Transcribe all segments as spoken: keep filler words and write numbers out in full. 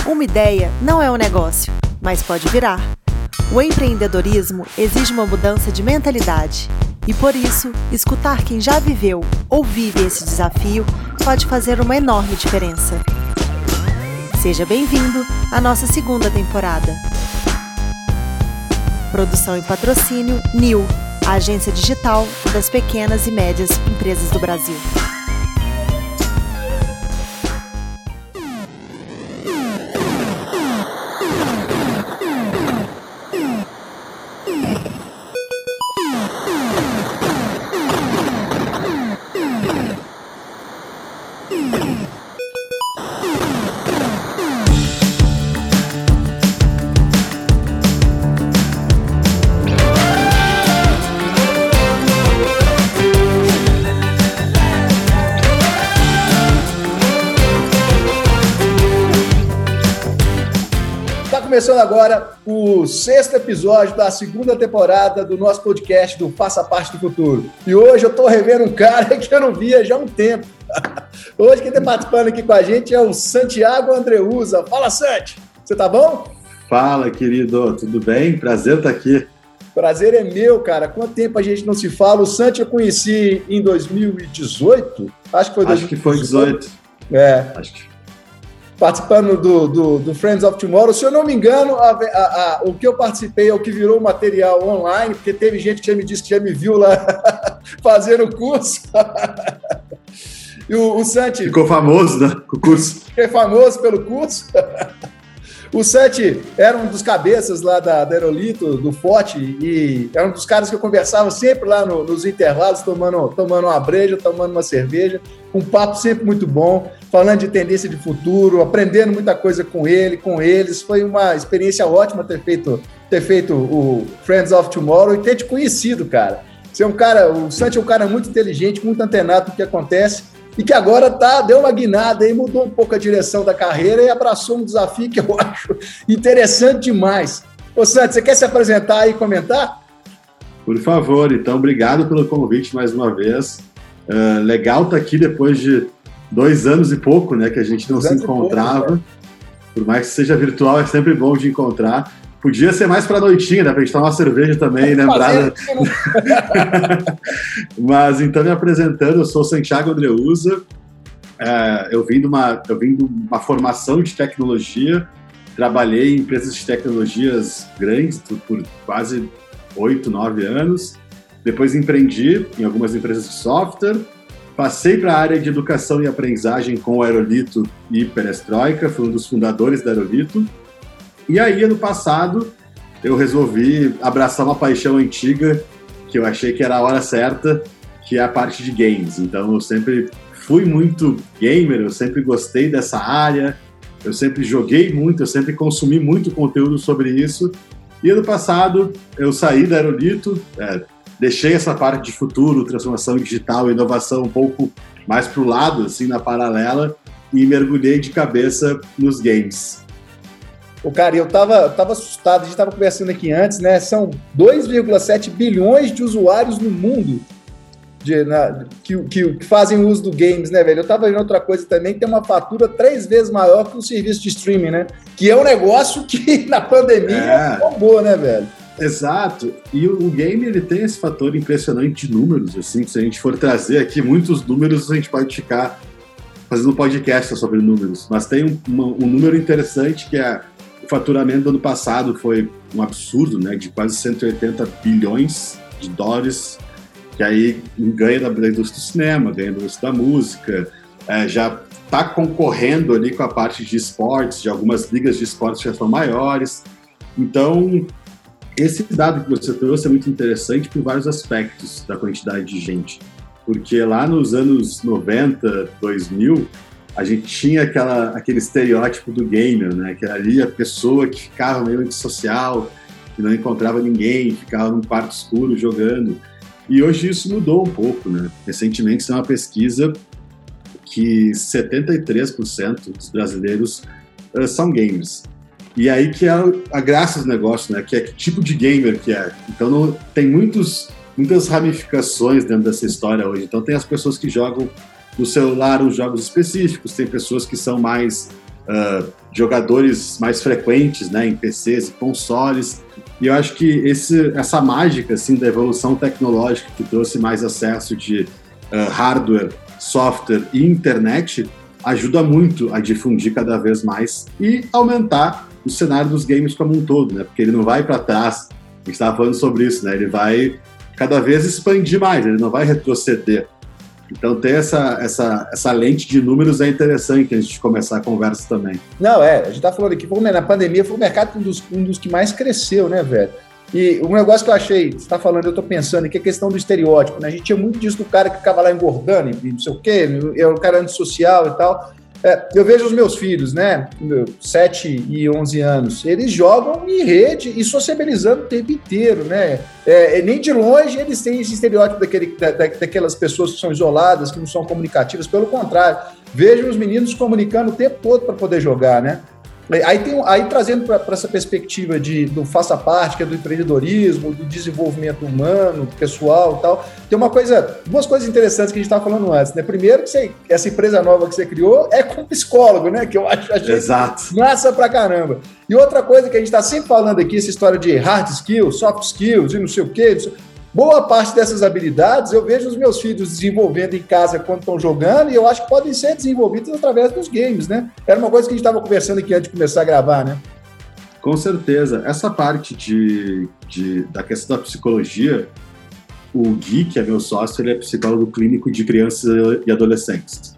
Uma ideia não é um negócio, mas pode virar. O empreendedorismo exige uma mudança de mentalidade. E por isso, escutar quem já viveu ou vive esse desafio pode fazer uma enorme diferença. Seja bem-vindo à nossa segunda temporada. Produção e patrocínio N I U, a agência digital das pequenas e médias empresas do Brasil. Começando agora o sexto episódio da segunda temporada do nosso podcast do Faça Parte do Futuro. E hoje eu estou revendo um cara que eu não via já há um tempo. Hoje quem está participando aqui com a gente é o Santiago Andreuza. Fala, Santi! Você tá bom? Fala, querido. Tudo bem? Prazer estar aqui. Prazer é meu, cara. Quanto tempo a gente não se fala? O Santi eu conheci em dois mil e dezoito. Acho que foi Acho que foi dezoito. É. Acho que participando do, do, do Friends of Tomorrow. Se eu não me engano, a, a, a, o que eu participei é o que virou material online, porque teve gente que já me disse que já me viu lá fazendo o curso. E o, o Santi... Ficou famoso, né, com o curso. Fiquei famoso pelo curso. O Santi era um dos cabeças lá da, da Aerolito, do Forte, e era um dos caras que eu conversava sempre lá no, nos intervalos, tomando, tomando uma breja, tomando uma cerveja, um papo sempre muito bom, falando de tendência de futuro, aprendendo muita coisa com ele, com eles. Foi uma experiência ótima ter feito, ter feito o Friends of Tomorrow e ter te conhecido, cara. Você é um cara, o Santi é um cara muito inteligente, muito antenado no que acontece, e que agora tá, deu uma guinada e mudou um pouco a direção da carreira e abraçou um desafio que eu acho interessante demais. Ô Santi, você quer se apresentar e comentar? Por favor, então, obrigado pelo convite mais uma vez. Uh, legal estar tá aqui depois de dois anos e pouco, né, que a gente não se encontrava. Pouco, por mais que seja virtual, é sempre bom de encontrar. Podia ser mais para a noitinha, né, para a gente tomar uma cerveja também, né, Brada? Mas, então, me apresentando, eu sou Santiago Andreuza, é, eu, vim de uma, eu vim de uma formação de tecnologia, trabalhei em empresas de tecnologias grandes por, por quase oito, nove anos, depois empreendi em algumas empresas de software, passei para a área de educação e aprendizagem com o Aerolito e Perestroika, fui um dos fundadores da Aerolito. E aí, ano passado, eu resolvi abraçar uma paixão antiga, que eu achei que era a hora certa, que é a parte de games. Então, eu sempre fui muito gamer, eu sempre gostei dessa área, eu sempre joguei muito, eu sempre consumi muito conteúdo sobre isso. E ano passado, eu saí da Aerolito, é, deixei essa parte de futuro, transformação digital, inovação um pouco mais para o lado, assim, na paralela, e mergulhei de cabeça nos games. O cara, eu tava, tava assustado, a gente tava conversando aqui antes, né? São dois vírgula sete bilhões de usuários no mundo de, na, que, que, que fazem uso do games, né, velho? Eu tava vendo outra coisa também, que tem uma fatura três vezes maior que o serviço de streaming, né? Que é um negócio que na pandemia é bombou, né, velho? Exato. E o, o game, ele tem esse fator impressionante de números, assim, se a gente for trazer aqui muitos números, a gente pode ficar fazendo um podcast sobre números, mas tem um, uma, um número interessante que é o faturamento do ano passado foi um absurdo, né, de quase cento e oitenta bilhões de dólares, que aí ganha da indústria do cinema, ganha da indústria da música, é, já está concorrendo ali com a parte de esportes, de algumas ligas de esportes que já são maiores. Então, esse dado que você trouxe é muito interessante por vários aspectos da quantidade de gente, porque lá nos anos noventa, dois mil, a gente tinha aquela, aquele estereótipo do gamer, né? Que era ali a pessoa que ficava meio antissocial, que não encontrava ninguém, ficava num quarto escuro jogando. E hoje isso mudou um pouco, né? Recentemente, isso é uma pesquisa que setenta e três por cento dos brasileiros uh, são gamers. E aí que é a graça do negócio, né? Que é que tipo de gamer que é. Então não, tem muitos, muitas ramificações dentro dessa história hoje. Então tem as pessoas que jogam no celular os jogos específicos, tem pessoas que são mais uh, jogadores mais frequentes, né, em P Cs e consoles. E eu acho que esse, essa mágica assim, da evolução tecnológica que trouxe mais acesso de uh, hardware, software e internet ajuda muito a difundir cada vez mais e aumentar o cenário dos games como um todo, né? Porque ele não vai para trás. A gente estava falando sobre isso, né? Ele vai cada vez expandir mais, ele não vai retroceder. Então ter essa, essa, essa lente de números é interessante a gente começar a conversa também. Não, é, a gente tá falando aqui, na pandemia foi o mercado um dos, um dos que mais cresceu, né, velho? E um negócio que eu achei, você tá falando, eu tô pensando aqui, é a questão do estereótipo, né? A gente tinha muito disso do cara que ficava lá engordando, e não sei o quê, é o cara antissocial e tal. É, eu vejo os meus filhos, né, sete e onze anos, eles jogam em rede e sociabilizando o tempo inteiro, né? É, nem de longe eles têm esse estereótipo daquele, da, daquelas pessoas que são isoladas, que não são comunicativas, pelo contrário, vejo os meninos se comunicando o tempo todo para poder jogar, né? Aí, tem, aí trazendo para essa perspectiva de, do faça parte, que é do empreendedorismo, do desenvolvimento humano, pessoal e tal, tem uma coisa, duas coisas interessantes que a gente estava falando antes, né? Primeiro, que você, essa empresa nova que você criou é com psicólogo, né? Que eu acho achei Exato. massa pra caramba. E outra coisa que a gente está sempre falando aqui, essa história de hard skills, soft skills e não sei o quê, não sei... Boa parte dessas habilidades eu vejo os meus filhos desenvolvendo em casa quando estão jogando e eu acho que podem ser desenvolvidos através dos games, né? Era uma coisa que a gente estava conversando aqui antes de começar a gravar, né? Com certeza. Essa parte de, de, da questão da psicologia, o Gui, que é meu sócio, ele é psicólogo clínico de crianças e adolescentes.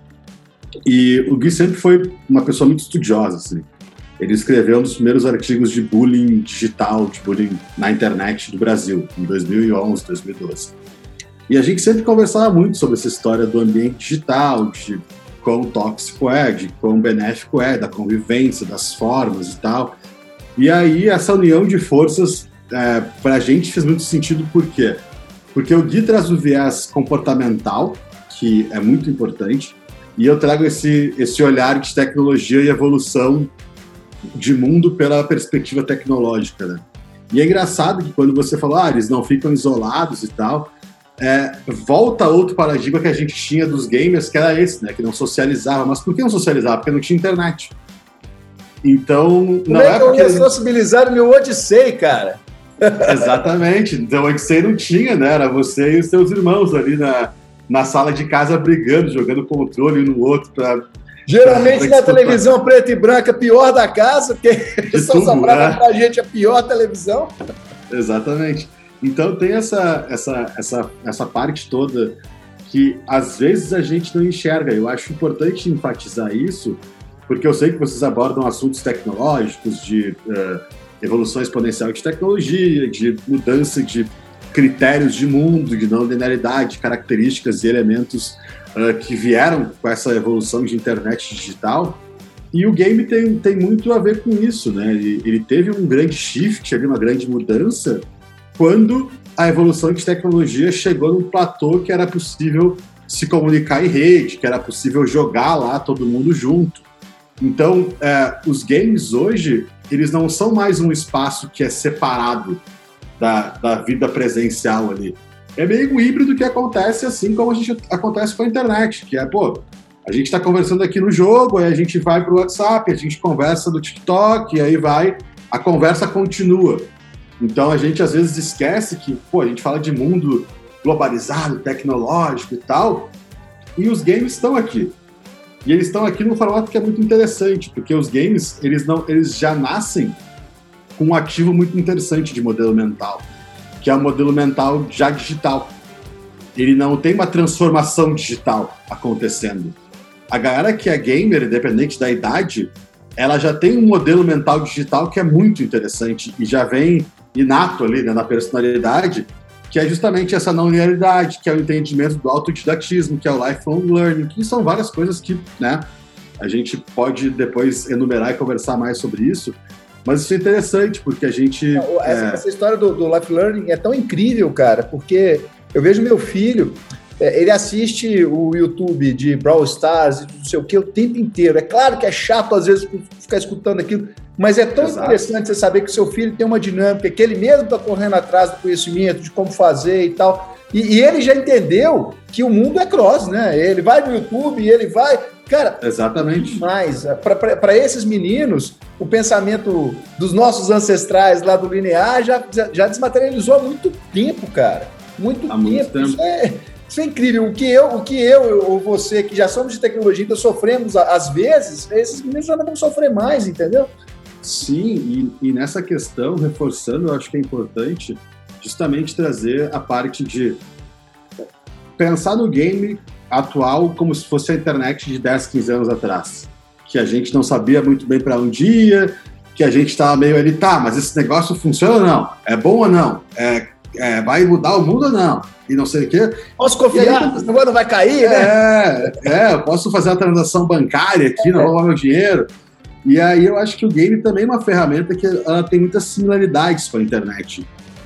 E o Gui sempre foi uma pessoa muito estudiosa, assim. Ele escreveu um dos primeiros artigos de bullying digital, de bullying na internet do Brasil, em dois mil e onze, dois mil e doze. E a gente sempre conversava muito sobre essa história do ambiente digital, de quão tóxico é, de quão benéfico é, da convivência, das formas e tal. E aí essa união de forças, é, para a gente fez muito sentido, por quê? Porque o Gui traz o viés comportamental, que é muito importante, e eu trago esse, esse olhar de tecnologia e evolução de mundo pela perspectiva tecnológica, né? E é engraçado que quando você falou, ah, eles não ficam isolados e tal, é, volta a outro paradigma que a gente tinha dos gamers, que era esse, né? Que não socializava. Mas por que não socializava? Porque não tinha internet. Então, não é, é porque... eu ia sociabilizar no meu Odyssey, cara. Exatamente. Então, o Odyssey não tinha, né? Era você e os seus irmãos ali na, na sala de casa brigando, jogando controle um no outro para... Geralmente na televisão preta e branca, pior da casa, porque só sobrava pra gente a pior televisão. Exatamente. Então tem essa, essa, essa, essa parte toda que às vezes a gente não enxerga. Eu acho importante enfatizar isso, porque eu sei que vocês abordam assuntos tecnológicos, de uh, evolução exponencial de tecnologia, de mudança de critérios de mundo, de não linearidade, características e elementos Uh, que vieram com essa evolução de internet digital, e o game tem, tem muito a ver com isso, né? Ele, ele teve um grande shift, uma grande mudança, quando a evolução de tecnologia chegou num platô que era possível se comunicar em rede, que era possível jogar lá todo mundo junto. Então, é, os games hoje, eles não são mais um espaço que é separado da, da vida presencial ali. É meio um híbrido que acontece assim como a gente acontece com a internet, que é, pô, a gente tá conversando aqui no jogo, aí a gente vai pro WhatsApp, a gente conversa no TikTok, e aí vai, a conversa continua. Então a gente às vezes esquece que, pô, a gente fala de mundo globalizado, tecnológico e tal, e os games estão aqui. E eles estão aqui num formato que é muito interessante, porque os games, eles, não, eles já nascem com um ativo muito interessante de modelo mental, que é o modelo mental já digital. Ele não tem uma transformação digital acontecendo. A galera que é gamer, independente da idade, ela já tem um modelo mental digital que é muito interessante e já vem inato ali, né, na personalidade, que é justamente essa não linearidade, que é o entendimento do autodidatismo, que é o lifelong learning, que são várias coisas que, né, a gente pode depois enumerar e conversar mais sobre isso. Mas isso é interessante, porque a gente... Essa, é... essa história do, do life learning é tão incrível, cara, porque eu vejo meu filho, é, ele assiste o YouTube de Brawl Stars e não sei o que o tempo inteiro. É claro que é chato, às vezes, ficar escutando aquilo, mas é tão Exato. Interessante você saber que o seu filho tem uma dinâmica, que ele mesmo está correndo atrás do conhecimento, de como fazer e tal. E, e ele já entendeu que o mundo é cross, né? Ele vai no YouTube e ele vai... Cara, exatamente. Mas para esses meninos, o pensamento dos nossos ancestrais lá do linear já, já desmaterializou há muito tempo, cara. Muito há tempo. Muito tempo. Isso, é, isso é incrível. O que eu, o que eu ou você, que já somos de tecnologia, ainda sofremos às vezes, esses meninos já não vão sofrer mais, entendeu? Sim, e, e nessa questão, reforçando, eu acho que é importante justamente trazer a parte de pensar no game atual como se fosse a internet de dez, quinze anos atrás. Que a gente não sabia muito bem para onde ia, que a gente estava meio ali, tá, mas esse negócio funciona ou não? É bom ou não? É, é, vai mudar o mundo ou não? E não sei o quê. Posso confiar? Esse negócio não vai cair, né? É, é, eu posso fazer uma transação bancária aqui, não roubar meu dinheiro. E aí eu acho que o game também é uma ferramenta que ela tem muitas similaridades com a internet.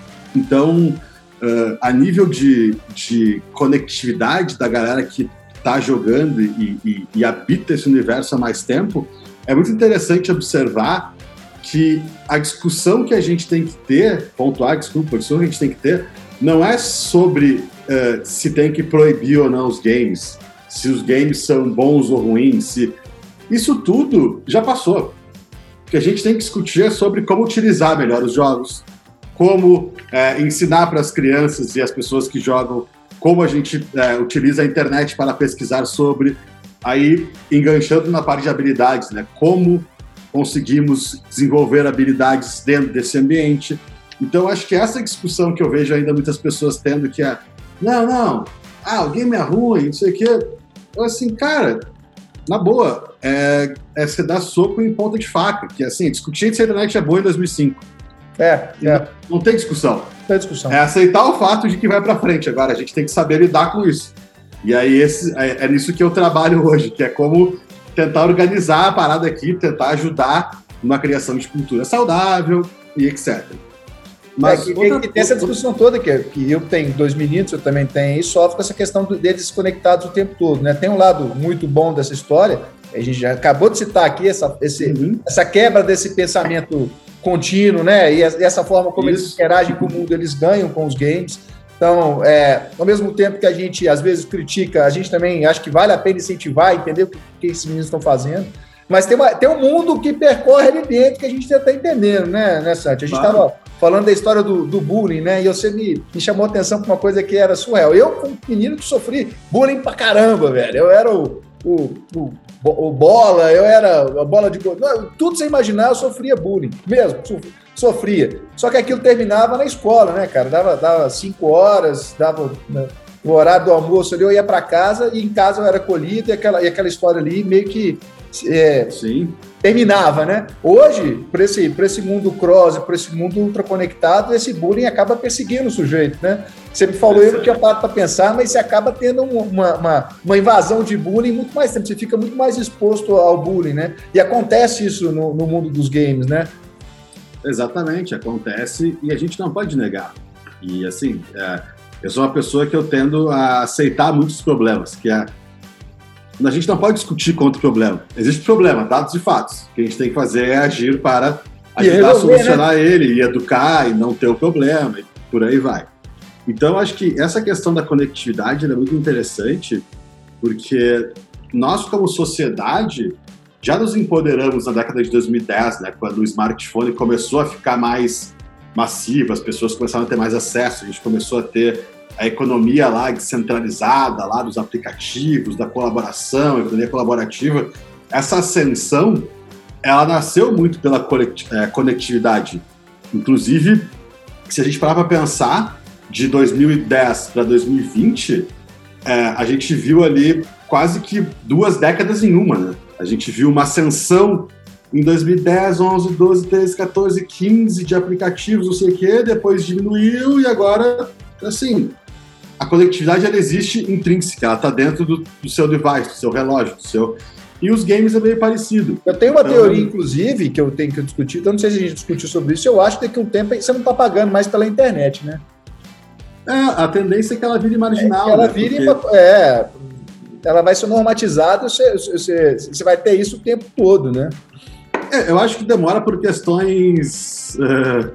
Então, uh, a nível de, de conectividade da galera que está jogando e, e, e habita esse universo há mais tempo, é muito interessante observar que a discussão que a gente tem que ter, pontuar, desculpa, a discussão que a gente tem que ter, não é sobre uh, se tem que proibir ou não os games, se os games são bons ou ruins, se... Isso tudo já passou. O que a gente tem que discutir é sobre como utilizar melhor os jogos, como é, ensinar para as crianças e as pessoas que jogam como a gente é, utiliza a internet para pesquisar sobre, aí enganchando na parte de habilidades, né? Como conseguimos desenvolver habilidades dentro desse ambiente. Então, acho que essa discussão que eu vejo ainda muitas pessoas tendo, que é, não, não, ah, o game é ruim, não sei o quê. Eu, assim, cara, na boa, é, é você dar soco em ponta de faca, que assim, discutir se a internet é boa em dois mil e cinco. É, é. Não, não tem discussão. Não tem discussão. É aceitar o fato de que vai pra frente. Agora, a gente tem que saber lidar com isso. E aí, esse, é, é nisso que eu trabalho hoje, que é como tentar organizar a parada aqui, tentar ajudar numa criação de cultura saudável e etcétera. Mas é, que, outra, que tem essa discussão toda, que, que eu tenho dois meninos, eu também tenho, e sofro com essa questão do, deles conectados o tempo todo, né? Tem um lado muito bom dessa história, a gente já acabou de citar aqui, essa, esse, uhum. essa quebra desse pensamento contínuo, né? E essa forma como Isso. eles interagem com o mundo, eles ganham com os games. Então, é, ao mesmo tempo que a gente, às vezes, critica, a gente também acha que vale a pena incentivar, entender o que, que esses meninos estão fazendo. Mas tem, uma, tem um mundo que percorre ali dentro que a gente já está entendendo, né, né, Santi? A gente estava claro. falando da história do, do bullying, né? E você me, me chamou a atenção para uma coisa que era surreal. Eu, como menino que sofri bullying pra caramba, velho. Eu era o, o, o, o bola, eu era a bola de... Tudo sem imaginar, eu sofria bullying. Mesmo, sofria. Só que aquilo terminava na escola, né, cara? Dava, dava cinco horas, dava... Né, o horário do almoço ali, eu ia para casa e em casa eu era colhido e aquela, e aquela história ali meio que é, Sim. terminava, né? Hoje, por esse, por esse mundo cross, por esse mundo ultraconectado, esse bullying acaba perseguindo o sujeito, né? Você me falou, eu não tinha parado para pensar, mas você acaba tendo uma, uma, uma invasão de bullying muito mais tempo, você fica muito mais exposto ao bullying, né? E acontece isso no, no mundo dos games, né? Exatamente, acontece e a gente não pode negar. E assim, é, eu sou uma pessoa que eu tendo a aceitar muitos problemas, que é a gente não pode discutir contra o problema. Existe problema, dados e fatos. O que a gente tem que fazer é agir para ajudar resolver, a solucionar, né? Ele, e educar, e não ter o problema, e por aí vai. Então, acho que essa questão da conectividade é muito interessante, porque nós, como sociedade, já nos empoderamos na década de dois mil e dez, né, quando o smartphone começou a ficar mais massivo, as pessoas começaram a ter mais acesso, a gente começou a ter a economia lá descentralizada, lá dos aplicativos, da colaboração, a economia colaborativa. Essa ascensão, ela nasceu muito pela conectividade. Inclusive, se a gente parar para pensar, de dois mil e dez para dois mil e vinte, é, a gente viu ali quase que duas décadas em uma, né? A gente viu uma ascensão em dois mil e dez, onze, doze, treze, quatorze, quinze de aplicativos, não sei o quê, depois diminuiu e agora, assim, a conectividade ela existe intrínseca, ela está dentro do, do seu device, do seu relógio, do seu... E os games é meio parecido. Eu tenho uma então, teoria, inclusive, que eu tenho que discutir, eu não sei se a gente discutiu sobre isso, eu acho que daqui a um tempo você não está pagando mais pela internet, né? É, a tendência é que ela vire marginal. É, ela né? vire, Porque... é, ela vai ser normatizada, você, você, você vai ter isso o tempo todo, né? É, eu acho que demora por questões uh,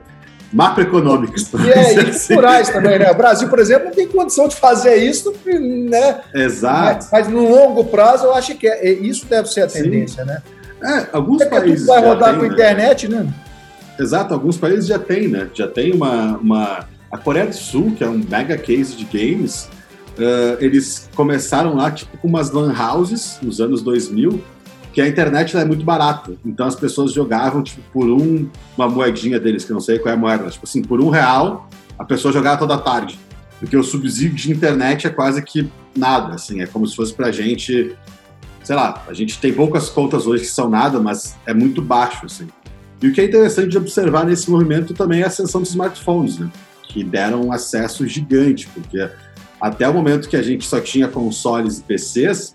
macroeconômicas. E, é, e culturais também, né? O Brasil, por exemplo, não tem condição de fazer isso, né? Exato. Mas, mas no longo prazo, eu acho que é, isso deve ser a tendência, Sim. né? É, alguns é países tudo vai rodar tem, com a internet, né? Exato, alguns países já tem, né? Já tem uma, uma... A Coreia do Sul, que é um mega case de games, uh, eles começaram lá tipo com umas lan houses nos anos dois mil, que a internet é muito barata. Então as pessoas jogavam tipo, por um, uma moedinha deles, que eu não sei qual é a moeda, tipo assim, por um real, a pessoa jogava toda a tarde. Porque o subsídio de internet é quase que nada, assim, é como se fosse pra gente, sei lá, a gente tem poucas contas hoje que são nada, mas é muito baixo, assim. E o que é interessante de observar nesse movimento também é a ascensão dos smartphones, né? Que deram um acesso gigante, porque até o momento que a gente só tinha consoles e P Cs,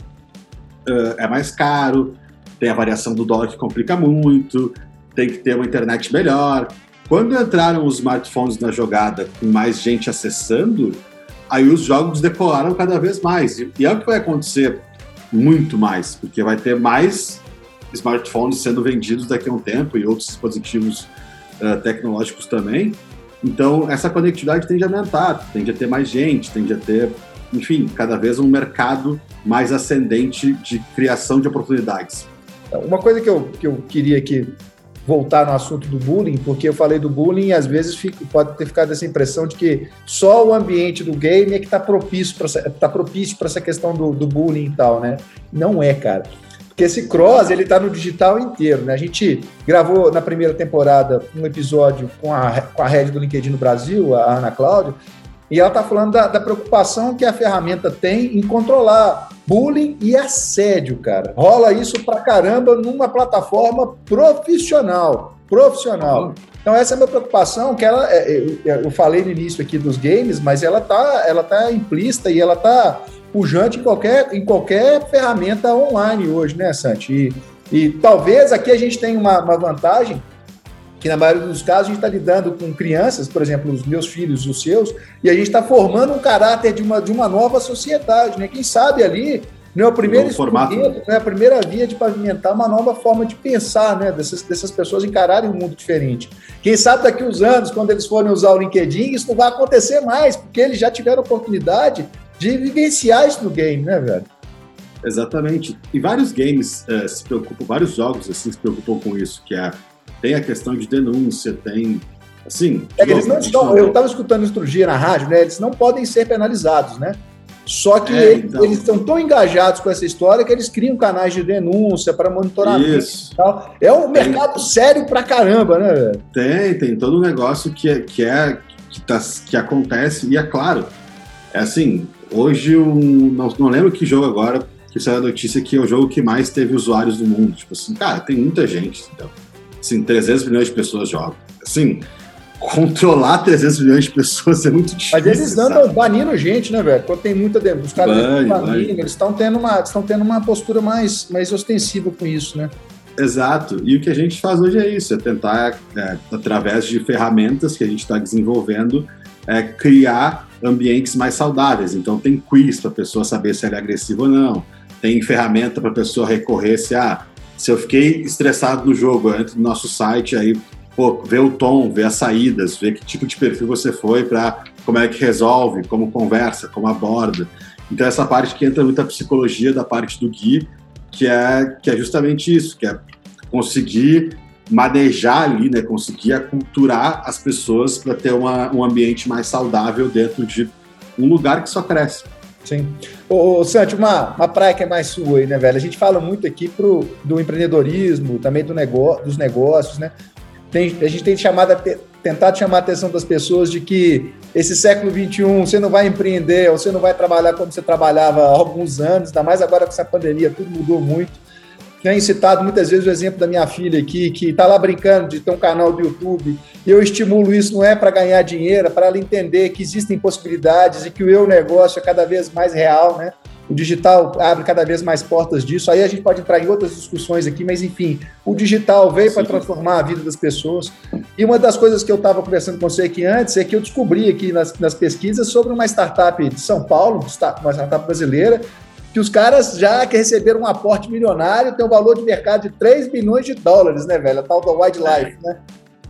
uh, é mais caro, tem a variação do dólar que complica muito, tem que ter uma internet melhor. Quando entraram os smartphones na jogada com mais gente acessando, aí os jogos decolaram cada vez mais. E é o que vai acontecer muito mais, porque vai ter mais smartphones sendo vendidos daqui a um tempo e outros dispositivos uh, tecnológicos também. Então, essa conectividade tende a aumentar, tende a ter mais gente, tende a ter, enfim, cada vez um mercado mais ascendente de criação de oportunidades. Uma coisa que eu, que eu queria aqui voltar no assunto do bullying, porque eu falei do bullying e às vezes fico, pode ter ficado essa impressão de que só o ambiente do game é que está propício para tá propício para essa questão do, do bullying e tal, né? Não é, cara. Porque esse cross, ele tá no digital inteiro, né? A gente gravou na primeira temporada um episódio com a, com a head do LinkedIn no Brasil, a Ana Cláudia, e ela tá falando da, da preocupação que a ferramenta tem em controlar bullying e assédio, cara. Rola isso pra caramba numa plataforma profissional, profissional. Então essa é a minha preocupação, que ela, eu falei no início aqui dos games, mas ela tá, ela tá implícita e ela tá pujante em qualquer, em qualquer ferramenta online hoje, né, Santi? E, e talvez aqui a gente tenha uma, uma vantagem, que na maioria dos casos a gente está lidando com crianças, por exemplo, os meus filhos, os seus, e a gente está formando um caráter de uma, de uma nova sociedade, né? Quem sabe ali não é o primeiro formato, não é a primeira via de pavimentar uma nova forma de pensar, né? Dessas, dessas pessoas encararem um mundo diferente. Quem sabe daqui a uns anos, quando eles forem usar o LinkedIn, isso não vai acontecer mais, porque eles já tiveram oportunidade de vivenciar isso no game, né, velho? Exatamente. E vários games uh, se preocupam, vários jogos assim se preocupam com isso, que é, tem a questão de denúncia, tem, assim... É, eles não estão, eu estava escutando isso outro dia na rádio, né? Eles não podem ser penalizados, né? Só que é, eles, então... eles estão tão engajados com essa história que eles criam canais de denúncia para monitoramento isso. e tal. É um tem... mercado sério pra caramba, né, velho? Tem, tem todo um negócio que, é, que, é, que, tá, que acontece, e é claro, é assim... Hoje, eu não, não lembro que jogo agora, que saiu a notícia que é o jogo que mais teve usuários do mundo. Tipo assim, cara, tem muita gente. Então, assim, trezentos milhões de pessoas jogam. Assim, controlar trezentos milhões de pessoas é muito difícil. Mas eles andam sabe? banindo gente, né, velho? Quando tem muita... Os caras Bane, banindo, eles estão tendo, uma, tendo uma postura mais, mais ostensiva com isso, né? Exato. E o que a gente faz hoje é isso, é tentar, é, através de ferramentas que a gente está desenvolvendo, é, criar ambientes mais saudáveis. Então tem quiz para a pessoa saber se ela é agressiva ou não, tem ferramenta para a pessoa recorrer se, ah, se eu fiquei estressado no jogo, eu entro no nosso site, aí pô, vê o tom, vê as saídas, vê que tipo de perfil você foi, para como é que resolve, como conversa, como aborda. Então essa parte que entra muita psicologia da parte do Gui, que é, que é justamente isso, que é conseguir manejar ali, né, conseguir aculturar as pessoas para ter uma, um ambiente mais saudável dentro de um lugar que só cresce. Sim. Ô, ô Santi, uma, uma praia que é mais sua aí, né, velho? A gente fala muito aqui pro, do empreendedorismo, também do negócio, dos negócios, né? Tem, a gente tem chamado a te, tentado chamar a atenção das pessoas de que esse século vinte e um você não vai empreender, ou você não vai trabalhar como você trabalhava há alguns anos, ainda mais agora com essa pandemia, tudo mudou muito. Tenho citado muitas vezes o exemplo da minha filha aqui, que está lá brincando de ter um canal do YouTube, e eu estimulo isso, não é para ganhar dinheiro, é para ela entender que existem possibilidades e que o eu negócio é cada vez mais real, né? O digital abre cada vez mais portas disso, aí a gente pode entrar em outras discussões aqui, mas enfim, o digital veio para transformar a vida das pessoas. E uma das coisas que eu estava conversando com você aqui antes é que eu descobri aqui nas, nas pesquisas sobre uma startup de São Paulo, uma startup brasileira, que os caras já que receberam um aporte milionário, tem um valor de mercado de três bilhões de dólares, né, velho? A tal da Wildlife, né?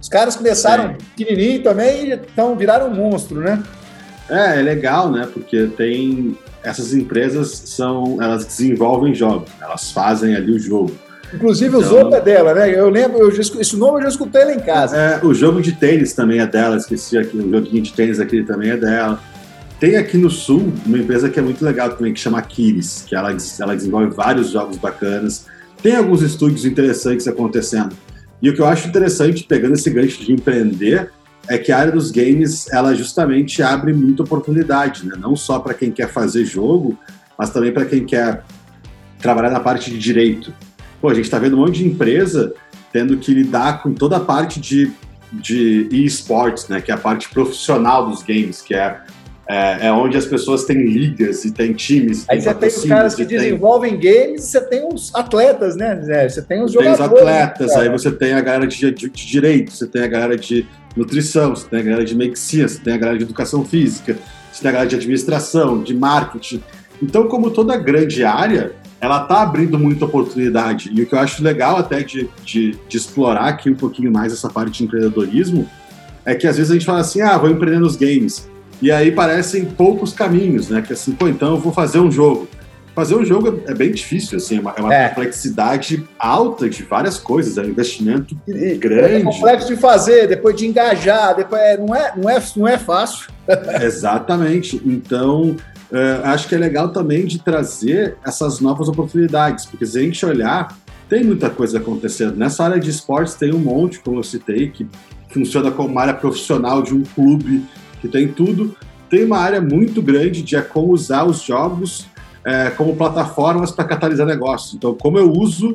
Os caras começaram pequenininho também e então viraram um monstro, né? É, é legal, né? Porque tem... Essas empresas são... Elas desenvolvem jogos, elas fazem ali o jogo. Inclusive então, o Zopa é dela, né? Eu lembro, eu já, esse nome eu já escutei lá em casa. É, o jogo de tênis também é dela, esqueci aqui, o joguinho de tênis aqui também é dela. Tem aqui no Sul uma empresa que é muito legal também, que chama Aquiles, que ela, ela desenvolve vários jogos bacanas. Tem alguns estúdios interessantes acontecendo. E o que eu acho interessante, pegando esse gancho de empreender, é que a área dos games, ela justamente abre muita oportunidade, né? Não só para quem quer fazer jogo, mas também para quem quer trabalhar na parte de direito. Pô, a gente está vendo um monte de empresa tendo que lidar com toda a parte de, de e-sports, né? Que é a parte profissional dos games, que é, é, é onde as pessoas têm ligas e têm times. Aí você tem os caras que desenvolvem games e você tem os atletas, né, Zé? Você tem os jogadores. Tem os atletas, aí você tem a galera de, de, de direito, você tem a galera de nutrição, você tem a galera de medicina, você tem a galera de educação física, você tem a galera de administração, de marketing. Então, como toda grande área, ela está abrindo muita oportunidade. E o que eu acho legal até de, de, de explorar aqui um pouquinho mais essa parte de empreendedorismo é que às vezes a gente fala assim, ah, vou empreender nos games. E aí parecem poucos caminhos, né? Que assim, pô, então eu vou fazer um jogo. Fazer um jogo é bem difícil, assim, é uma, é uma é. complexidade alta de várias coisas, é um investimento e, grande. É complexo de fazer, depois de engajar, depois é, não, é, não, é, não é fácil. Exatamente. Então, uh, acho que é legal também de trazer essas novas oportunidades, porque se a gente olhar, tem muita coisa acontecendo. Nessa área de esportes tem um monte, como eu citei, que funciona como uma área profissional de um clube, que tem tudo. Tem uma área muito grande de é como usar os jogos É, como plataformas para catalisar negócios. Então, como eu uso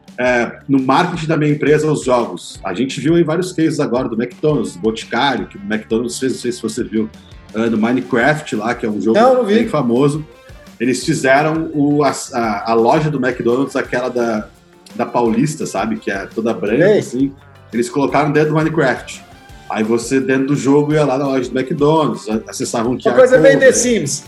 é, no marketing da minha empresa os jogos. A gente viu aí vários cases agora do McDonald's, do Boticário, que o McDonald's fez, não sei se você viu, uh, do Minecraft lá, que é um jogo não, não bem famoso. Eles fizeram o, a, a, a loja do McDonald's, aquela da, da Paulista, sabe? Que é toda branca, Ei. assim. Eles colocaram dentro do Minecraft. Aí você, dentro do jogo, ia lá na loja do McDonald's, acessava um Q R Uma coisa bem The Sims.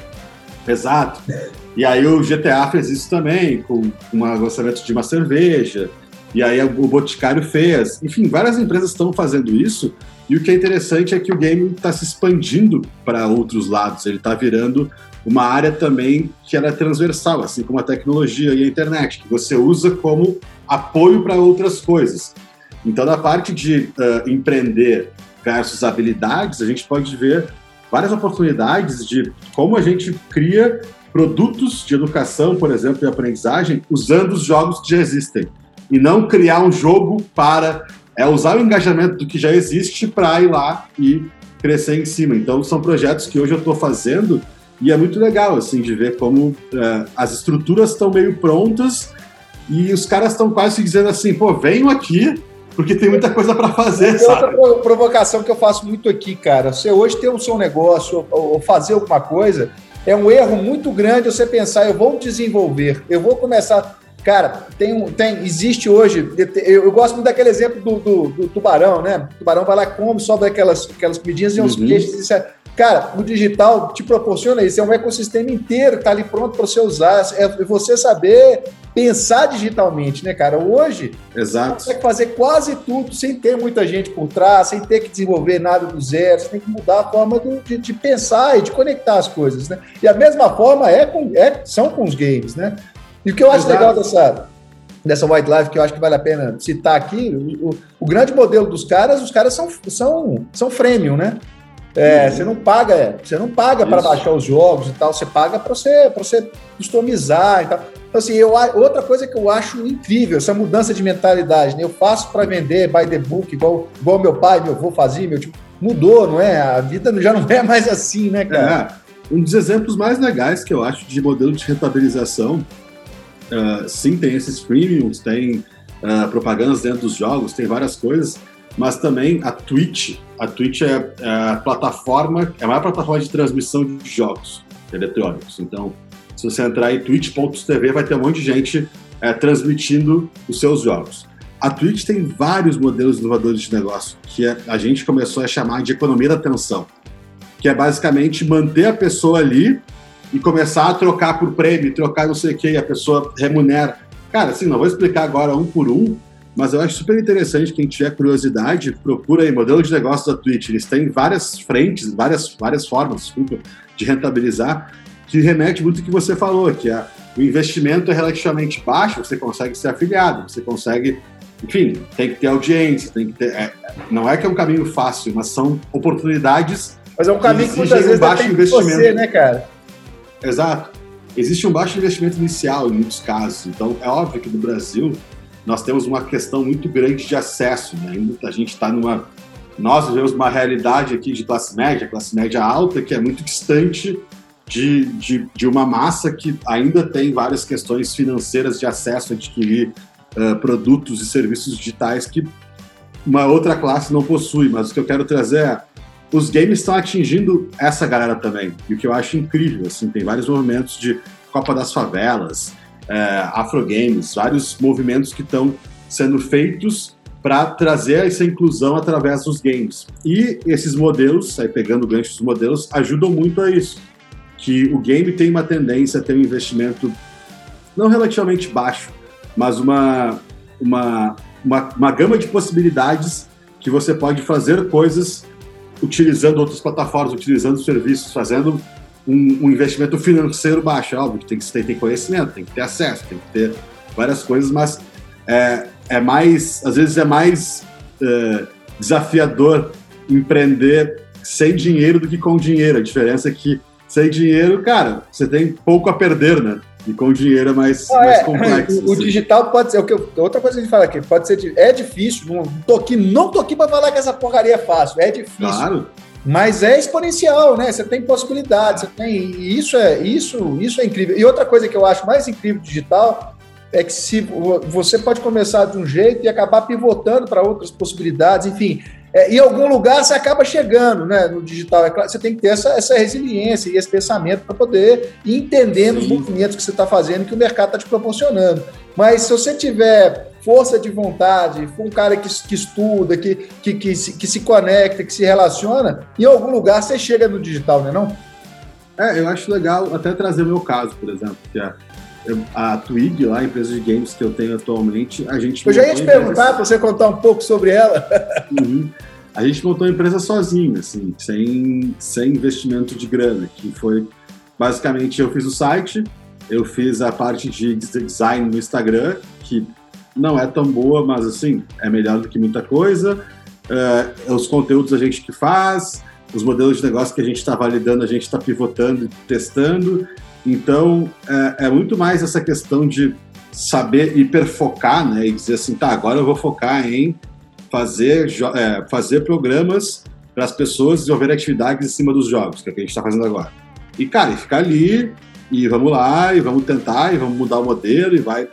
Exato. E aí o G T A fez isso também, com um lançamento de uma cerveja, e aí o Boticário fez. Enfim, várias empresas estão fazendo isso, e o que é interessante é que o game está se expandindo para outros lados, ele está virando uma área também que ela é transversal, assim como a tecnologia e a internet, que você usa como apoio para outras coisas. Então, na parte de uh, empreender versus habilidades, a gente pode ver várias oportunidades de como a gente cria produtos de educação, por exemplo, e aprendizagem, usando os jogos que já existem. E não criar um jogo para... É usar o engajamento do que já existe para ir lá e crescer em cima. Então, são projetos que hoje eu estou fazendo e é muito legal, assim, de ver como uh, as estruturas estão meio prontas e os caras estão quase dizendo assim, pô, venham aqui, porque tem muita coisa para fazer, tem sabe? Outra provocação que eu faço muito aqui, cara. Você hoje ter o seu negócio ou fazer alguma coisa, é um erro muito grande você pensar, eu vou desenvolver, eu vou começar... Cara, tem, tem, existe hoje... Eu, eu gosto muito daquele exemplo do, do, do tubarão, né? O tubarão vai lá, come, sobe aquelas, aquelas comidinhas e uns uhum. peixes. Isso é, cara, o digital te proporciona isso. É um ecossistema inteiro que está ali pronto para você usar. É você saber pensar digitalmente, né, cara? Hoje, Exato. você consegue fazer quase tudo sem ter muita gente por trás, sem ter que desenvolver nada do zero. Você tem que mudar a forma do, de, de pensar e de conectar as coisas, né? E a mesma forma é com, é, são com os games, né? E o que eu acho Exato. legal dessa, dessa White Live, que eu acho que vale a pena citar aqui, o, o, o grande modelo dos caras, os caras são, são, são freemium, né? É, uhum. Você não paga, você não paga para baixar os jogos e tal, você paga para você, você customizar e tal. Então, assim, eu, outra coisa que eu acho incrível, essa mudança de mentalidade, né? Eu faço para vender by the book, igual, igual meu pai, meu avô fazia, meu tipo, mudou, não é? A vida já não é mais assim, né, cara? É, um dos exemplos mais legais que eu acho de modelo de rentabilização. Uh, sim, tem esses freemiums, tem uh, propagandas dentro dos jogos, tem várias coisas, mas também a Twitch. A Twitch é, é a plataforma, é a maior plataforma de transmissão de jogos eletrônicos. Então, se você entrar em twitch ponto t v, vai ter um monte de gente é, transmitindo os seus jogos. A Twitch tem vários modelos inovadores de negócio, que é, a gente começou a chamar de economia da atenção, que é basicamente manter a pessoa ali e começar a trocar por prêmio, trocar não sei o que, e a pessoa remunera. Cara, assim, não vou explicar agora um por um, mas eu acho super interessante, quem tiver curiosidade, procura aí, modelo de negócio da Twitch, eles têm várias frentes, várias, várias formas, desculpa, de rentabilizar, que remete muito ao que você falou, que a, o investimento é relativamente baixo, você consegue ser afiliado, você consegue, enfim, tem que ter audiência, tem que ter, é, não é que é um caminho fácil, mas são oportunidades. Mas é um caminho que muitas vezes um baixo investimento, você, né, cara? Exato. Existe um baixo investimento inicial em muitos casos, então é óbvio que no Brasil nós temos uma questão muito grande de acesso, né? A gente está numa... Nós vivemos uma realidade aqui de classe média, classe média alta, que é muito distante de, de, de uma massa que ainda tem várias questões financeiras de acesso a adquirir uh, produtos e serviços digitais que uma outra classe não possui. Mas o que eu quero trazer é, os games estão atingindo essa galera também, e o que eu acho incrível, assim, tem vários movimentos de Copa das Favelas, é, Afrogames, vários movimentos que estão sendo feitos para trazer essa inclusão através dos games. E esses modelos, aí pegando o gancho dos modelos, ajudam muito a isso, que o game tem uma tendência a ter um investimento não relativamente baixo, mas uma, uma, uma, uma gama de possibilidades que você pode fazer coisas utilizando outras plataformas, utilizando serviços, fazendo um, um investimento financeiro baixo. É óbvio que tem que ter conhecimento, tem que ter acesso, tem que ter várias coisas, mas é, é mais, às vezes é mais é, desafiador empreender sem dinheiro do que com dinheiro. A diferença é que sem dinheiro, cara, você tem pouco a perder, né? E com dinheiro é mais, ah, mais é. complexo. O, assim. O digital pode ser, o que eu, outra coisa que a gente fala aqui, pode ser, é difícil, não tô aqui, não tô aqui para falar que essa porcaria é fácil, é difícil. Claro. Mas é exponencial, né? Você tem possibilidades, você tem, e isso é, isso, isso é incrível. E outra coisa que eu acho mais incrível do digital é que se você pode começar de um jeito e acabar pivotando para outras possibilidades, enfim, é, em algum lugar você acaba chegando, né, no digital. É claro, você tem que ter essa, essa resiliência e esse pensamento para poder ir entendendo Sim. os movimentos que você está fazendo e que o mercado está te proporcionando. Mas se você tiver força de vontade, for um cara que, que estuda, que, que, que, se, que se conecta, que se relaciona, em algum lugar você chega no digital, não é não? É, eu acho legal até trazer o meu caso, por exemplo, que é a Twig, lá, a empresa de games que eu tenho atualmente, a gente... Eu já ia te perguntar para você contar um pouco sobre ela. Uhum. A gente montou a empresa sozinho, assim, sem, sem investimento de grana, que foi, basicamente, eu fiz o site, eu fiz a parte de design no Instagram, que não é tão boa, mas, assim, é melhor do que muita coisa. Uh, os conteúdos a gente que faz, os modelos de negócio que a gente está validando, a gente está pivotando e testando. Então, é, é muito mais essa questão de saber hiperfocar, né? E dizer assim, tá, agora eu vou focar em fazer, é, fazer programas para as pessoas desenvolverem atividades em cima dos jogos, que é o que a gente está fazendo agora. E, cara, e ficar ali, e vamos lá, e vamos tentar, e vamos mudar o modelo, e vai,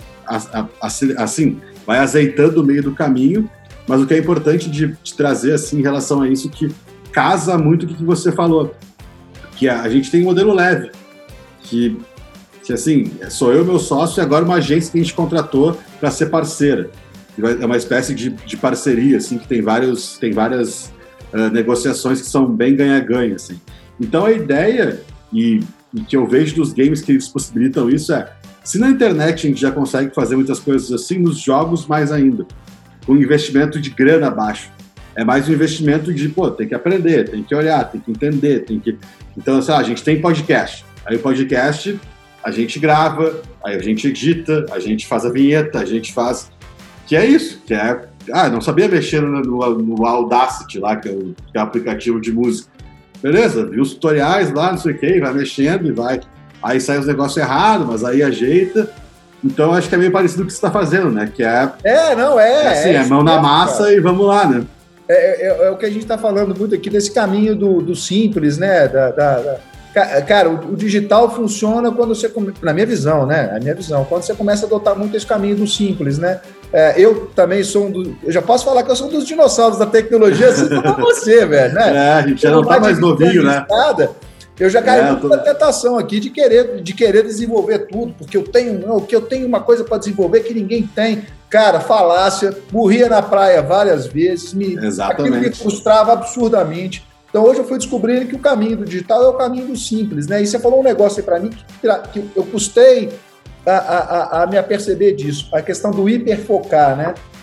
assim, vai azeitando o meio do caminho. Mas o que é importante de, de trazer, assim, em relação a isso, que casa muito com o que você falou, que a, a gente tem um modelo leve, Que, que, assim, sou eu, meu sócio, e agora uma agência que a gente contratou para ser parceira. É uma espécie de, de parceria, assim, que tem, vários, tem várias uh, negociações que são bem ganha-ganha, assim. Então, a ideia, e, e que eu vejo dos games que eles possibilitam isso é, se na internet a gente já consegue fazer muitas coisas assim, nos jogos mais ainda, com investimento de grana baixo. É mais um investimento de, pô, tem que aprender, tem que olhar, tem que entender, tem que... Então, assim, a gente tem podcast. Aí o podcast, a gente grava, aí a gente edita, a gente faz a vinheta, a gente faz... Que é isso, que é... Ah, não sabia mexer no, no, no Audacity lá, que é, o, que é o aplicativo de música. Beleza, viu os tutoriais lá, não sei o que, vai mexendo e vai... Aí sai os negócios errados, mas aí ajeita. Então, acho que é meio parecido com o que você está fazendo, né? Que é... É, não, é... É assim, é, é mão na massa, cara. E vamos lá, né? É, é, é o que a gente está falando muito aqui, desse caminho do, do simples, né? Da... da, da... Cara, o, o digital funciona quando você, na minha visão, né? A minha visão, quando você começa a adotar muito esse caminho do simples, né? É, eu também sou um dos... Eu já posso falar que eu sou um dos dinossauros da tecnologia, assim como você, velho, né? É, a gente já não tá mais novinho, né? Eu já caí é, muita tô... tentação aqui de querer, de querer desenvolver tudo, porque eu tenho, não, que eu tenho uma coisa para desenvolver que ninguém tem. Cara, falácia, morria na praia várias vezes, me, Exatamente. Aquilo me frustrava absurdamente. Então, hoje eu fui descobrindo que o caminho do digital é o caminho do simples, né? E você falou um negócio aí para mim que, que eu custei a, a, a me aperceber disso, a questão do hiperfocar, né?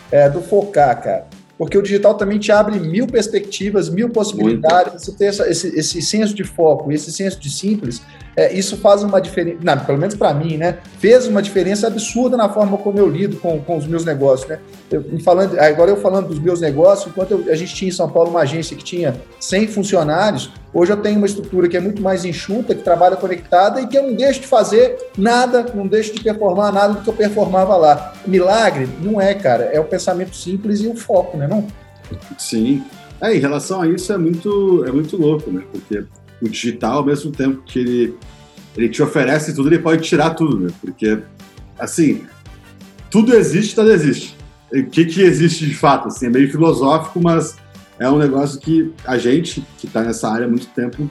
é, do focar, cara. Porque o digital também te abre mil perspectivas, mil possibilidades. Muito. Você ter essa, esse, esse senso de foco, esse senso de simples, é, isso faz uma diferença, não, pelo menos para mim, né? Fez uma diferença absurda na forma como eu lido com, com os meus negócios, né? Eu, falando, agora eu falando dos meus negócios, enquanto eu, a gente tinha em São Paulo uma agência que tinha cem funcionários, hoje eu tenho uma estrutura que é muito mais enxuta, que trabalha conectada e que eu não deixo de fazer nada, não deixo de performar nada do que eu performava lá. Milagre? Não é, cara. É o pensamento simples e o foco, né? Não? Sim. É, em relação a isso é muito, é muito louco, né? Porque o digital, ao mesmo tempo que ele, ele te oferece tudo, ele pode tirar tudo, né? Porque, assim, tudo existe, nada existe. O que, que existe de fato? Assim, é meio filosófico, mas é um negócio que a gente, que está nessa área há muito tempo,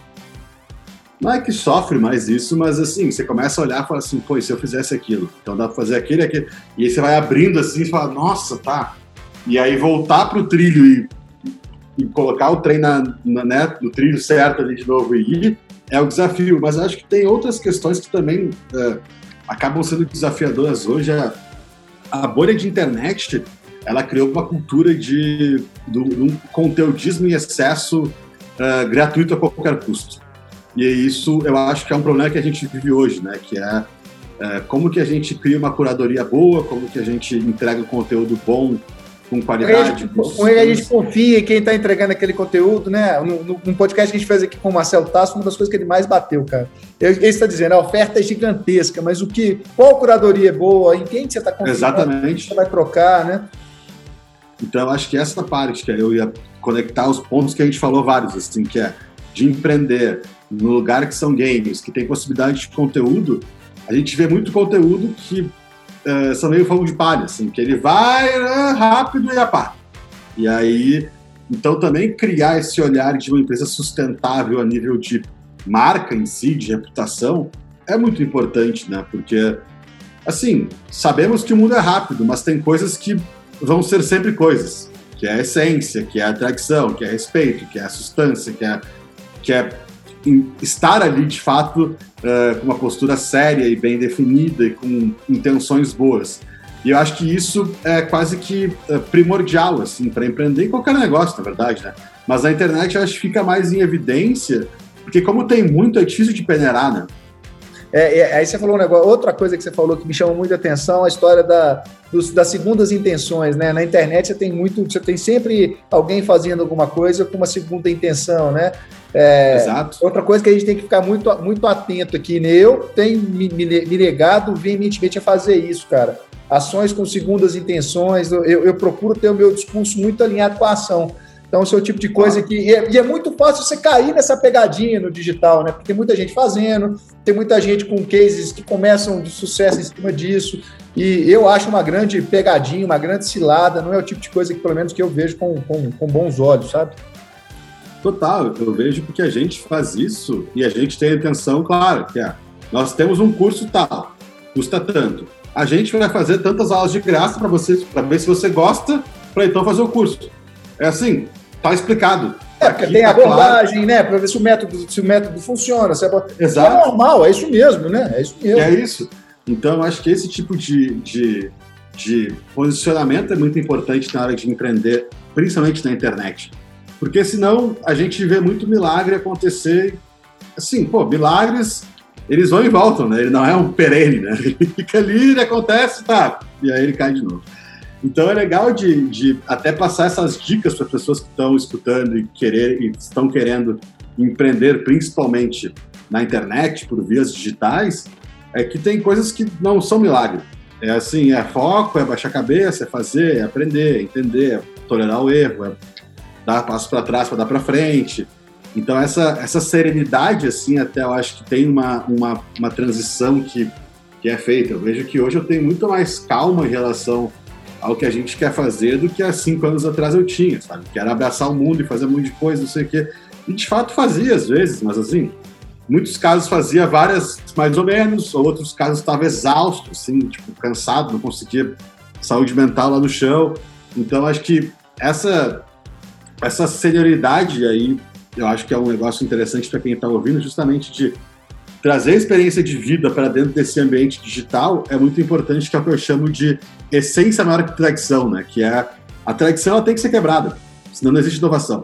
não é que sofre mais isso, mas assim, você começa a olhar e fala assim, pô, e se eu fizesse aquilo? Então dá para fazer aquilo e aquilo. E aí você vai abrindo assim e fala, nossa, tá. E aí voltar para o trilho e, e colocar o trem na, na, né, no trilho certo ali de novo e ir, é o desafio. Mas eu acho que tem outras questões que também é, acabam sendo desafiadoras hoje. A, a bolha de internet, ela criou uma cultura de, de um conteudismo em excesso uh, gratuito a qualquer custo. E isso eu acho que é um problema que a gente vive hoje, né? Que é uh, como que a gente cria uma curadoria boa, como que a gente entrega um conteúdo bom, com qualidade. Como a gente confia em quem está entregando aquele conteúdo, né? No, no podcast que a gente fez aqui com o Marcelo Tasso, uma das coisas que ele mais bateu, cara. Ele está dizendo, a oferta é gigantesca, mas o que, qual curadoria é boa, em quem você está confiando, exatamente, você vai trocar, né? Então, eu acho que essa parte, que eu ia conectar os pontos que a gente falou vários, assim, que é de empreender no lugar que são games, que tem possibilidade de conteúdo, a gente vê muito conteúdo que uh, são meio fogo de palha, assim, que ele vai uh, rápido e apaga. E aí, então também criar esse olhar de uma empresa sustentável a nível de marca em si, de reputação, é muito importante, né? Porque, assim, sabemos que o mundo é rápido, mas tem coisas que vão ser sempre coisas, que é a essência, que é a tradição, que é respeito, que é a substância, que é, que é estar ali, de fato, uh, com uma postura séria e bem definida e com intenções boas. E eu acho que isso é quase que uh, primordial, assim, para empreender em qualquer negócio, na verdade, né? Mas a internet, eu acho que fica mais em evidência, porque como tem muito, é difícil de peneirar, né? É, é, aí você falou um negócio, outra coisa que você falou que me chamou muita atenção, a história da, dos, das segundas intenções, né? Na internet você tem muito, você tem sempre alguém fazendo alguma coisa com uma segunda intenção, né? É, Exato. Outra coisa que a gente tem que ficar muito, muito atento aqui, né? Eu tenho me, me, me negado veementemente a fazer isso, cara. Ações com segundas intenções, eu, eu procuro ter o meu discurso muito alinhado com a ação. Então, esse é o tipo de coisa que... E é, e é muito fácil você cair nessa pegadinha no digital, né? Porque tem muita gente fazendo, tem muita gente com cases que começam de sucesso em cima disso, e eu acho uma grande pegadinha, uma grande cilada, não é o tipo de coisa que, pelo menos, que eu vejo com, com, com bons olhos, sabe? Total, eu vejo porque a gente faz isso e a gente tem a intenção, claro, que é, nós temos um curso tal, custa tanto. A gente vai fazer tantas aulas de graça para você, para ver se você gosta, para então fazer o curso. É assim, tá explicado. É, porque tem tá abordagem, claro, né? Para ver se o método, se o método funciona. Se é... Exato. É normal, é isso mesmo, né? É isso mesmo. É isso. Então, acho que esse tipo de, de, de posicionamento é muito importante na hora de empreender, principalmente na internet. Porque senão a gente vê muito milagre acontecer. Assim, pô, milagres, eles vão e voltam, né? Ele não é um perene, né? Ele fica ali, ele acontece, tá. E aí ele cai de novo. Então é legal de, de até passar essas dicas para as pessoas que estão escutando e, querer, e estão querendo empreender, principalmente na internet, por vias digitais, é que tem coisas que não são milagre. É assim, é foco, é baixar a cabeça, é fazer, é aprender, é entender, é tolerar o erro, é dar passo para trás para dar para frente. Então essa, essa serenidade, assim, até eu acho que tem uma, uma, uma transição que, que é feita. Eu vejo que hoje eu tenho muito mais calma em relação ao que a gente quer fazer do que há cinco anos atrás eu tinha, sabe? Que era abraçar o mundo e fazer um monte de coisa, não sei o quê. E de fato fazia às vezes, mas assim, muitos casos fazia várias mais ou menos, ou outros casos estava exausto, assim, tipo, cansado, não conseguia saúde mental lá no chão. Então acho que essa, essa senioridade aí, eu acho que é um negócio interessante para quem está ouvindo, justamente de trazer a experiência de vida para dentro desse ambiente digital é muito importante, que é o que eu chamo de essência maior que tradição, né? Que é a tradição, ela tem que ser quebrada, senão não existe inovação.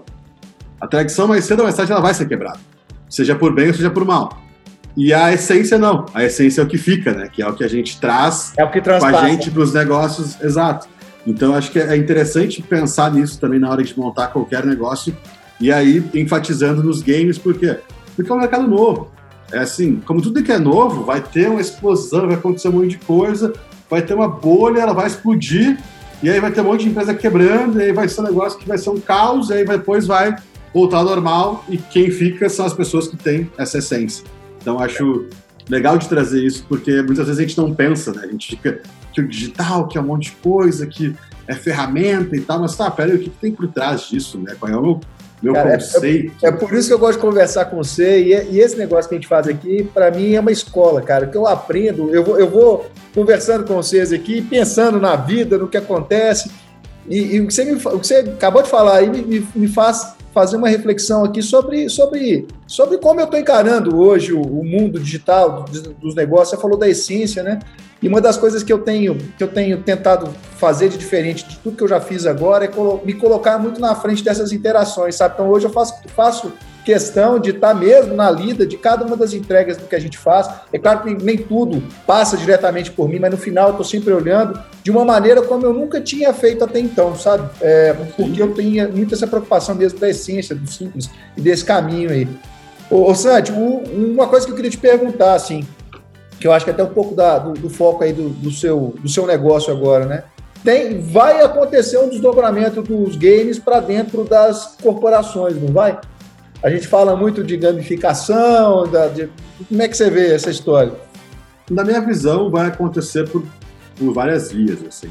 A tradição, mais cedo ou mais tarde, ela vai ser quebrada, seja por bem ou seja por mal. E a essência não, a essência é o que fica, né? Que é o que a gente traz é o que com a transpassa. gente para os negócios, exato. Então acho que é interessante pensar nisso também na hora de montar qualquer negócio, e aí enfatizando nos games, por quê? Porque é um mercado novo. É assim, como tudo que é novo, vai ter uma explosão, vai acontecer um monte de coisa, vai ter uma bolha, ela vai explodir, e aí vai ter um monte de empresa quebrando, e aí vai ser um negócio que vai ser um caos, e aí depois vai voltar ao normal, e quem fica são as pessoas que têm essa essência. Então acho legal de trazer isso, porque muitas vezes a gente não pensa, né? A gente fica que o digital, que é um monte de coisa, que é ferramenta e tal, mas tá, peraí, o que, que tem por trás disso, né? Qual é o meu, meu Cara, conceito? É, é por isso que eu gosto de conversar com você, e, e esse negócio que a gente faz aqui, para mim, é uma escola, cara, que eu aprendo, eu vou, eu vou conversando com vocês aqui, pensando na vida, no que acontece, e, e o, que você me, o que você acabou de falar aí me, me faz fazer uma reflexão aqui sobre, sobre, sobre como eu estou encarando hoje o, o mundo digital dos, dos negócios. Você falou da essência, né? E uma das coisas que eu tenho, que eu tenho tentado fazer de diferente de tudo que eu já fiz agora é colo- me colocar muito na frente dessas interações, sabe? Então hoje eu faço, faço questão de estar mesmo na lida de cada uma das entregas do que a gente faz. É claro que nem tudo passa diretamente por mim, mas no final eu estou sempre olhando de uma maneira como eu nunca tinha feito até então, sabe? É, porque eu tenho muito essa preocupação mesmo da essência, do simples e desse caminho aí. Ô, ô Santi, uma coisa que eu queria te perguntar, assim, que eu acho que é até um pouco da, do, do foco aí do, do, seu, do seu negócio agora, né? Tem, vai acontecer um desdobramento dos games para dentro das corporações, não vai? A gente fala muito de gamificação, da, de, como é que você vê essa história? Na minha visão, vai acontecer por, por várias vias, assim.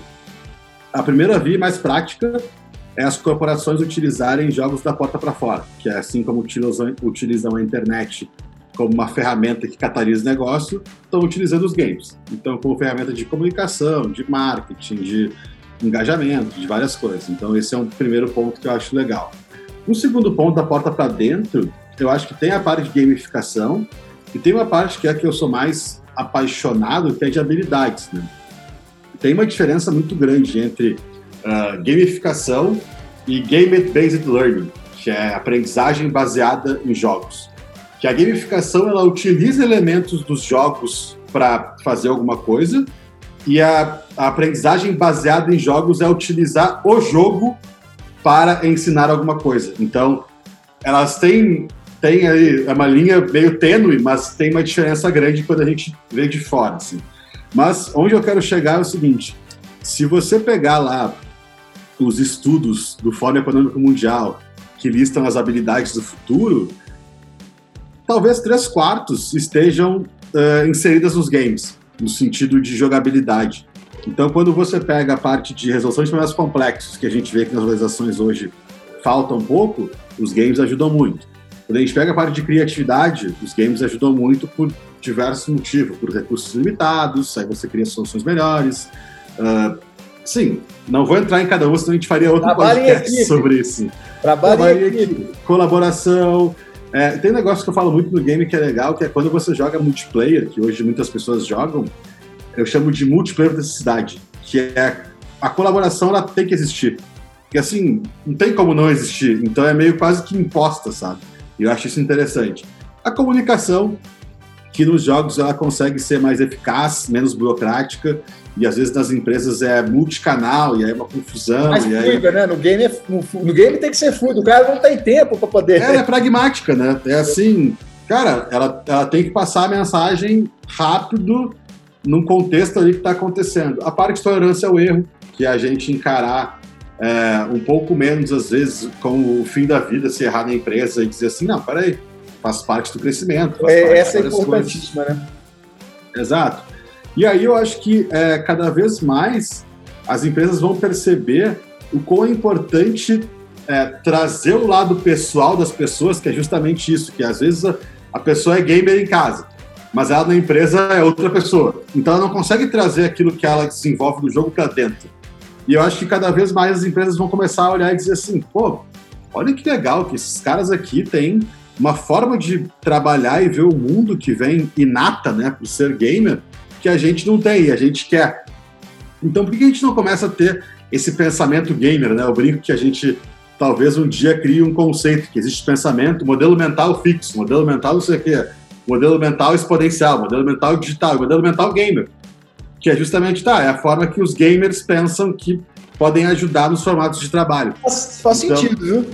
A primeira via, mais prática, é as corporações utilizarem jogos da porta para fora, que é assim como utilizam, utilizam a internet como uma ferramenta que catalisa o negócio, estão utilizando os games. Então, como ferramenta de comunicação, de marketing, de engajamento, de várias coisas. Então, esse é um primeiro ponto que eu acho legal. Um segundo ponto, da porta para dentro, eu acho que tem a parte de gamificação e tem uma parte que é a que eu sou mais apaixonado, que é de habilidades, né? Tem uma diferença muito grande entre uh, gamificação e game-based learning, que é aprendizagem baseada em jogos. Que a gamificação, ela utiliza elementos dos jogos para fazer alguma coisa, e a, a aprendizagem baseada em jogos é utilizar o jogo para ensinar alguma coisa. Então, elas têm, têm aí é uma linha meio tênue, mas tem uma diferença grande quando a gente vê de fora, assim. Mas onde eu quero chegar é o seguinte: se você pegar lá os estudos do Fórum Econômico Mundial que listam as habilidades do futuro, talvez três quartos estejam uh, inseridas nos games, no sentido de jogabilidade. Então, quando você pega a parte de resolução de problemas complexos, que a gente vê que nas organizações hoje falta um pouco, os games ajudam muito. Quando a gente pega a parte de criatividade, os games ajudam muito por diversos motivos, por recursos limitados, aí você cria soluções melhores. Uh, sim, não vou entrar em cada um, senão a gente faria outro Trabalho podcast sobre isso. Trabalho, Trabalho em equipe. Colaboração. É, tem um negócio que eu falo muito no game que é legal, que é quando você joga multiplayer, que hoje muitas pessoas jogam, eu chamo de multiplayer de necessidade, que é a colaboração, ela tem que existir. Porque assim, não tem como não existir, então é meio quase que imposta, sabe? E eu acho isso interessante. A comunicação, que nos jogos ela consegue ser mais eficaz, menos burocrática, e às vezes nas empresas é multicanal, e aí é uma confusão. Mais e aí... fluida, né? No game, é, no, no game tem que ser fluido, o cara não tem tempo para poder... Ela é pragmática, né? É assim, cara, ela, ela tem que passar a mensagem rápido, num contexto ali que está acontecendo. A parte de tolerância ao erro, que é a gente encarar é, um pouco menos, às vezes, com o fim da vida, se errar na empresa e dizer assim, não, peraí, faz parte do crescimento. Faz é, parte essa é importantíssima, coisas. Né? Exato. E aí eu acho que é, cada vez mais as empresas vão perceber o quão é importante é, trazer o lado pessoal das pessoas, que é justamente isso, que às vezes a, a pessoa é gamer em casa, mas ela na empresa é outra pessoa. Então ela não consegue trazer aquilo que ela desenvolve no jogo para dentro. E eu acho que cada vez mais as empresas vão começar a olhar e dizer assim, pô, olha que legal que esses caras aqui têm uma forma de trabalhar e ver o mundo que vem inata, né, por ser gamer, que a gente não tem, a gente quer. Então, por que a gente não começa a ter esse pensamento gamer, né? Eu brinco que a gente talvez um dia crie um conceito, que existe pensamento, modelo mental fixo, modelo mental não sei o quê, modelo mental exponencial, modelo mental digital, modelo mental gamer, que é justamente, tá, é a forma que os gamers pensam que podem ajudar nos formatos de trabalho. Faz, faz então, sentido, viu?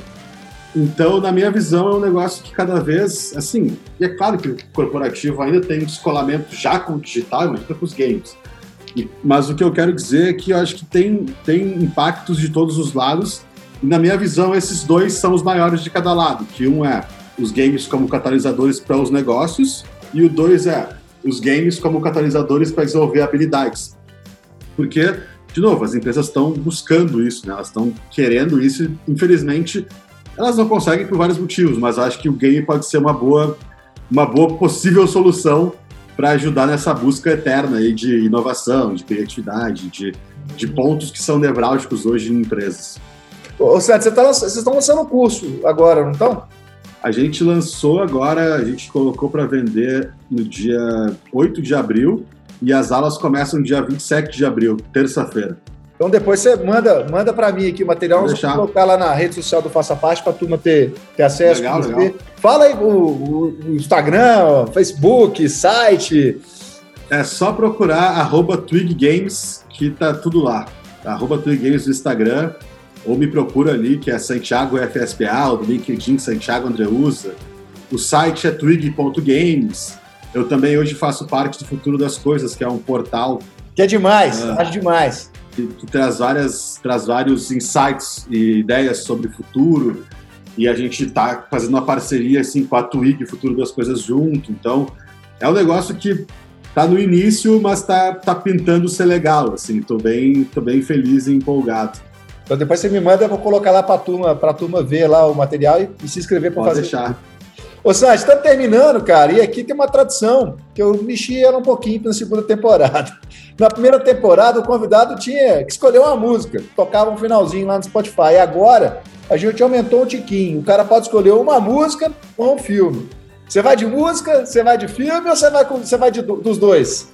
Então, na minha visão, é um negócio que cada vez, assim, e é claro que o corporativo ainda tem um descolamento já com o digital, imagina com os games. E, mas o que eu quero dizer é que eu acho que tem, tem impactos de todos os lados, e na minha visão, esses dois são os maiores de cada lado, que um é os games como catalisadores para os negócios, e o dois é os games como catalisadores para desenvolver habilidades. Porque, de novo, as empresas estão buscando isso, né? Elas estão querendo isso, e, infelizmente, elas não conseguem por vários motivos, mas acho que o game pode ser uma boa, uma boa possível solução para ajudar nessa busca eterna aí de inovação, de criatividade, de, de pontos que são nevrálgicos hoje em empresas. Ô, Sérgio, você tá, vocês estão lançando um curso agora, não estão? A gente lançou agora, a gente colocou para vender no dia oito de abril e as aulas começam no dia vinte e sete de abril, terça-feira. Então depois você manda, manda para mim aqui o material, nós vamos colocar lá na rede social do Faça Parte para a turma ter, ter acesso. Legal, legal. Fala aí o, o, o Instagram, o Facebook, site. É só procurar arroba Twig Games, que tá tudo lá. Arroba Twig Games no Instagram, ou me procura ali, que é Santiago F S P A, ou do LinkedIn Santiago Andreusa. O site é twig ponto games. Eu também hoje faço parte do Futuro das Coisas, que é um portal... Que é demais, uh, acho demais. Que, que traz, várias, traz vários insights e ideias sobre o futuro, e a gente está fazendo uma parceria assim, com a Twig, Futuro das Coisas junto. Então, é um negócio que está no início, mas está tá pintando ser legal. Assim, tô bem, tô bem feliz e empolgado. Então depois você me manda, eu vou colocar lá para a turma, pra turma ver lá o material e, e se inscrever para fazer. Pode deixar. Ô, Sérgio, está terminando, cara, e aqui tem uma tradição, que eu mexi ela um pouquinho na segunda temporada. Na primeira temporada, o convidado tinha que escolher uma música, tocava um finalzinho lá no Spotify. E agora, a gente aumentou um tiquinho. O cara pode escolher uma música ou um filme. Você vai de música, você vai de filme ou você vai, você vai de, dos dois?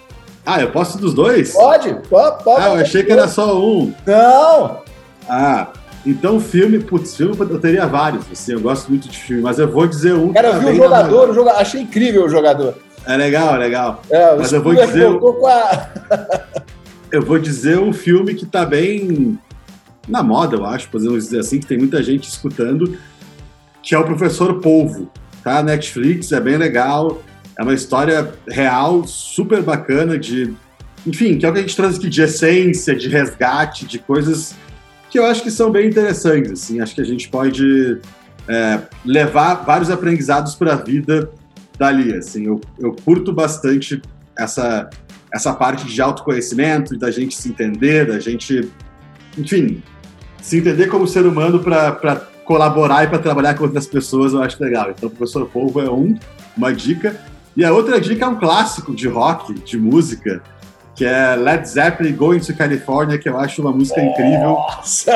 Ah, eu posso dos dois? Pode, pode, pode. Ah, eu achei que era só um. Não! Ah, então filme, putz, filme eu teria vários, assim, eu gosto muito de filme, mas eu vou dizer um... Cara, eu vi o jogador, o jogador, achei incrível o jogador. É legal, é legal. É, mas eu vou dizer... Com a... eu vou dizer um filme que tá bem na moda, eu acho, podemos dizer assim, que tem muita gente escutando, que é o Professor Polvo, tá? Netflix, é bem legal, é uma história real, super bacana, de... Enfim, que é o que a gente traz aqui de essência, de resgate, de coisas... que eu acho que são bem interessantes, assim, acho que a gente pode é, levar vários aprendizados para a vida dali, assim, eu, eu curto bastante essa, essa parte de autoconhecimento, da gente se entender, da gente, enfim, se entender como ser humano para colaborar e para trabalhar com outras pessoas, eu acho legal. Então, o Professor Polvo é um, uma dica, e a outra dica é um clássico de rock, de música, que é Led Zeppelin Going to California, que eu acho uma música incrível. Nossa!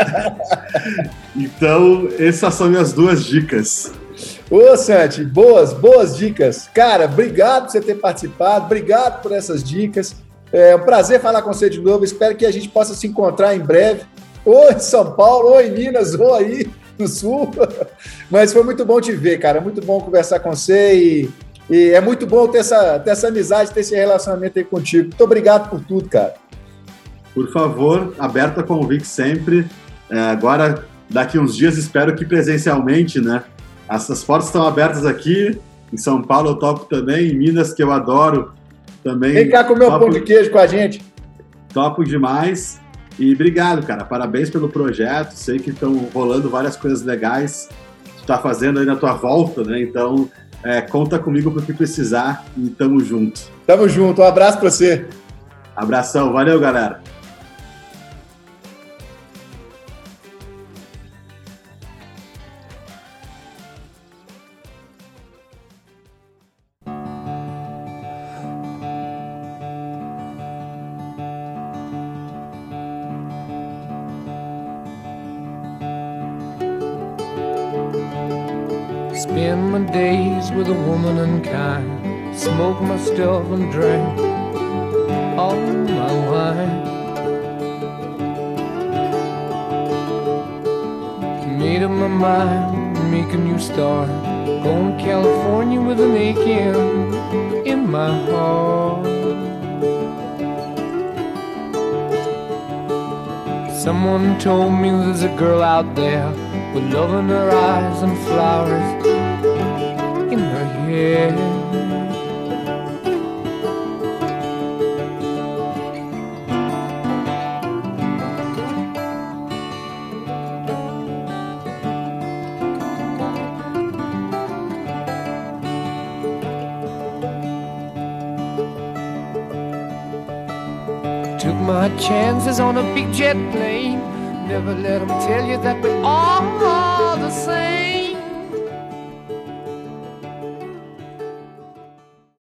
Então, essas são minhas duas dicas. Ô, Santi, boas, boas dicas. Cara, obrigado por você ter participado, obrigado por essas dicas. É um prazer falar com você de novo, espero que a gente possa se encontrar em breve, ou em São Paulo, ou em Minas, ou aí no Sul. Mas foi muito bom te ver, cara, muito bom conversar com você e... E é muito bom ter essa, ter essa amizade, ter esse relacionamento aí contigo. Muito obrigado por tudo, cara. Por favor, aberto a convite sempre. É, agora, daqui uns dias, espero que presencialmente, né? Essas portas estão abertas aqui. Em São Paulo eu topo também. Em Minas, que eu adoro, também. Vem cá comer um pão de queijo com a gente. Topo demais. E obrigado, cara. Parabéns pelo projeto. Sei que estão rolando várias coisas legais que tu tá fazendo aí na tua volta, né? Então... É, conta comigo para o que precisar e tamo junto. Tamo junto, um abraço para você. Abração, valeu, galera. spend my days with a woman unkind. Smoke my stuff and drink all my wine. Made up my mind, make a new start. Going to California with an aching in my heart. Someone told me there's a girl out there with love in her eyes and flowers in her hair. Took my chances on a big jet plane. Never let them tell you that we're all the same.